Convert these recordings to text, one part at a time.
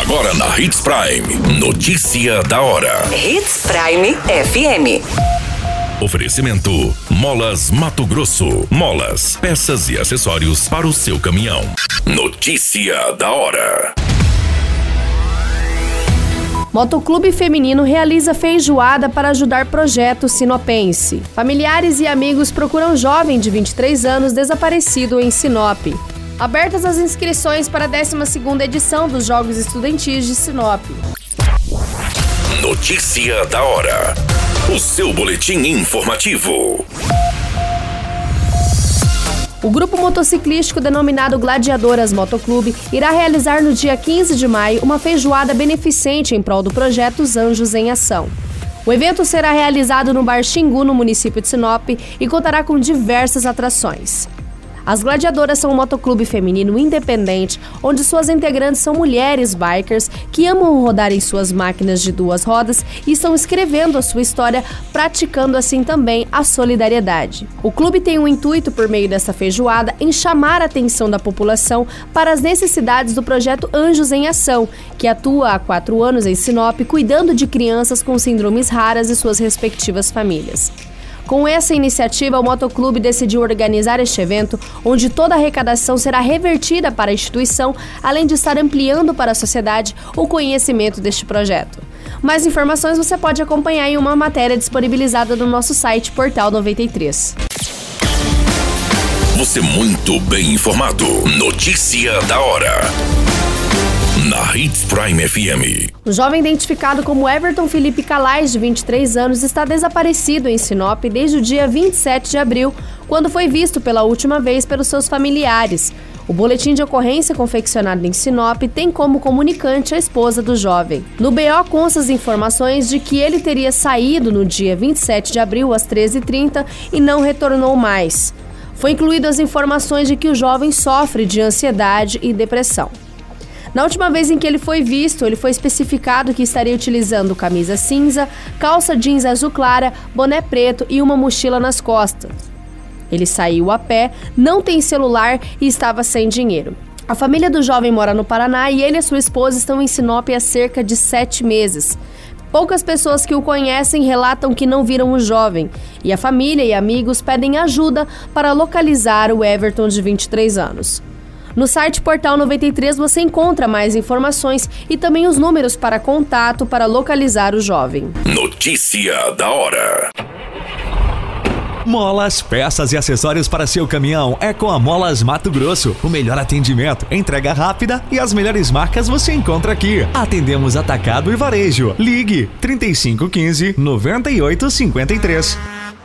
Agora na Hits Prime. Notícia da hora. Hits Prime FM. Oferecimento: Molas Mato Grosso. Molas, peças e acessórios para o seu caminhão. Notícia da hora. Motoclube Feminino realiza feijoada para ajudar projeto sinopense. Familiares e amigos procuram jovem de 23 anos desaparecido em Sinop. Abertas as inscrições para a 12ª edição dos Jogos Estudantis de Sinop. Notícia da hora. O seu boletim informativo. O grupo motociclístico denominado Gladiadoras Motoclube irá realizar no dia 15 de maio uma feijoada beneficente em prol do projeto Os Anjos em Ação. O evento será realizado no Bar Xingu, no município de Sinop, e contará com diversas atrações. As Gladiadoras são um motoclube feminino independente, onde suas integrantes são mulheres bikers que amam rodar em suas máquinas de 2 rodas e estão escrevendo a sua história, praticando assim também a solidariedade. O clube tem um intuito, por meio dessa feijoada, em chamar a atenção da população para as necessidades do projeto Anjos em Ação, que atua há 4 anos em Sinop, cuidando de crianças com síndromes raras e suas respectivas famílias. Com essa iniciativa, o motoclube decidiu organizar este evento, onde toda a arrecadação será revertida para a instituição, além de estar ampliando para a sociedade o conhecimento deste projeto. Mais informações você pode acompanhar em uma matéria disponibilizada no nosso site Portal 93. Você muito bem informado. Notícia da hora. Na Hits Prime FM. O jovem identificado como Everton Felipe Calais, de 23 anos, está desaparecido em Sinop desde o dia 27 de abril, quando foi visto pela última vez pelos seus familiares. O boletim de ocorrência confeccionado em Sinop tem como comunicante a esposa do jovem. No BO consta as informações de que ele teria saído no dia 27 de abril às 13h30 e não retornou mais. Foi incluído as informações de que o jovem sofre de ansiedade e depressão. Na última vez em que ele foi visto, ele foi especificado que estaria utilizando camisa cinza, calça jeans azul clara, boné preto e uma mochila nas costas. Ele saiu a pé, não tem celular e estava sem dinheiro. A família do jovem mora no Paraná e ele e sua esposa estão em Sinop há cerca de 7 meses. Poucas pessoas que o conhecem relatam que não viram o jovem, e a família e amigos pedem ajuda para localizar o Everton, de 23 anos. No site Portal 93 você encontra mais informações e também os números para contato para localizar o jovem. Notícia da hora. Molas, peças e acessórios para seu caminhão é com a Molas Mato Grosso. O melhor atendimento, entrega rápida e as melhores marcas você encontra aqui. Atendemos atacado e varejo. Ligue 3515-9853.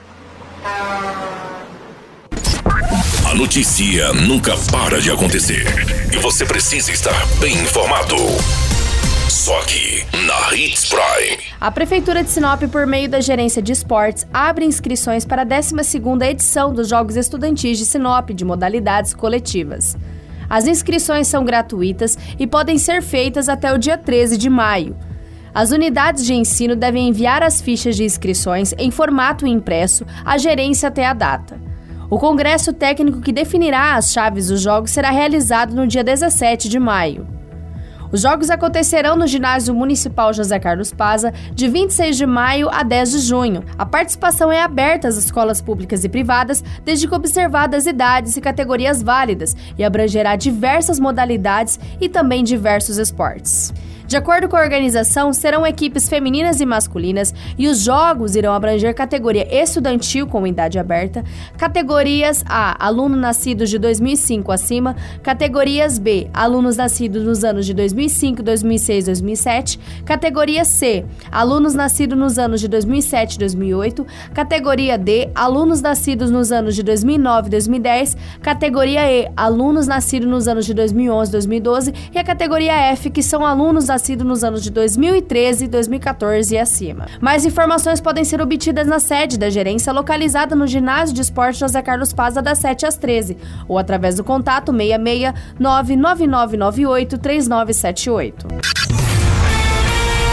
A notícia nunca para de acontecer e você precisa estar bem informado. Só aqui na Hits Prime. A Prefeitura de Sinop, por meio da Gerência de Esportes, abre inscrições para a 12ª edição dos Jogos Estudantis de Sinop, de modalidades coletivas. As inscrições são gratuitas e podem ser feitas até o dia 13 de maio. As unidades de ensino devem enviar as fichas de inscrições em formato impresso à gerência até a data. O congresso técnico que definirá as chaves dos jogos será realizado no dia 17 de maio. Os jogos acontecerão no Ginásio Municipal José Carlos Paza, de 26 de maio a 10 de junho. A participação é aberta às escolas públicas e privadas, desde que observadas idades e categorias válidas, e abrangerá diversas modalidades e também diversos esportes. De acordo com a organização, serão equipes femininas e masculinas e os jogos irão abranger categoria estudantil com idade aberta, categorias A, aluno nascidos de 2005 acima, categorias B, alunos nascidos nos anos de 2005, 2006, 2007, categoria C, alunos nascidos nos anos de 2007 e 2008, categoria D, alunos nascidos nos anos de 2009 e 2010, categoria E, alunos nascidos nos anos de 2011 e 2012 e a categoria F, que são alunos nascidos nos anos de 2013, 2014 e acima. Mais informações podem ser obtidas na sede da gerência, localizada no Ginásio de Esportes José Carlos Paza, das 7 às 13, ou através do contato 66 99998 3978.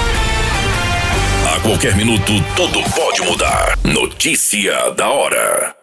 A qualquer minuto, tudo pode mudar. Notícia da hora.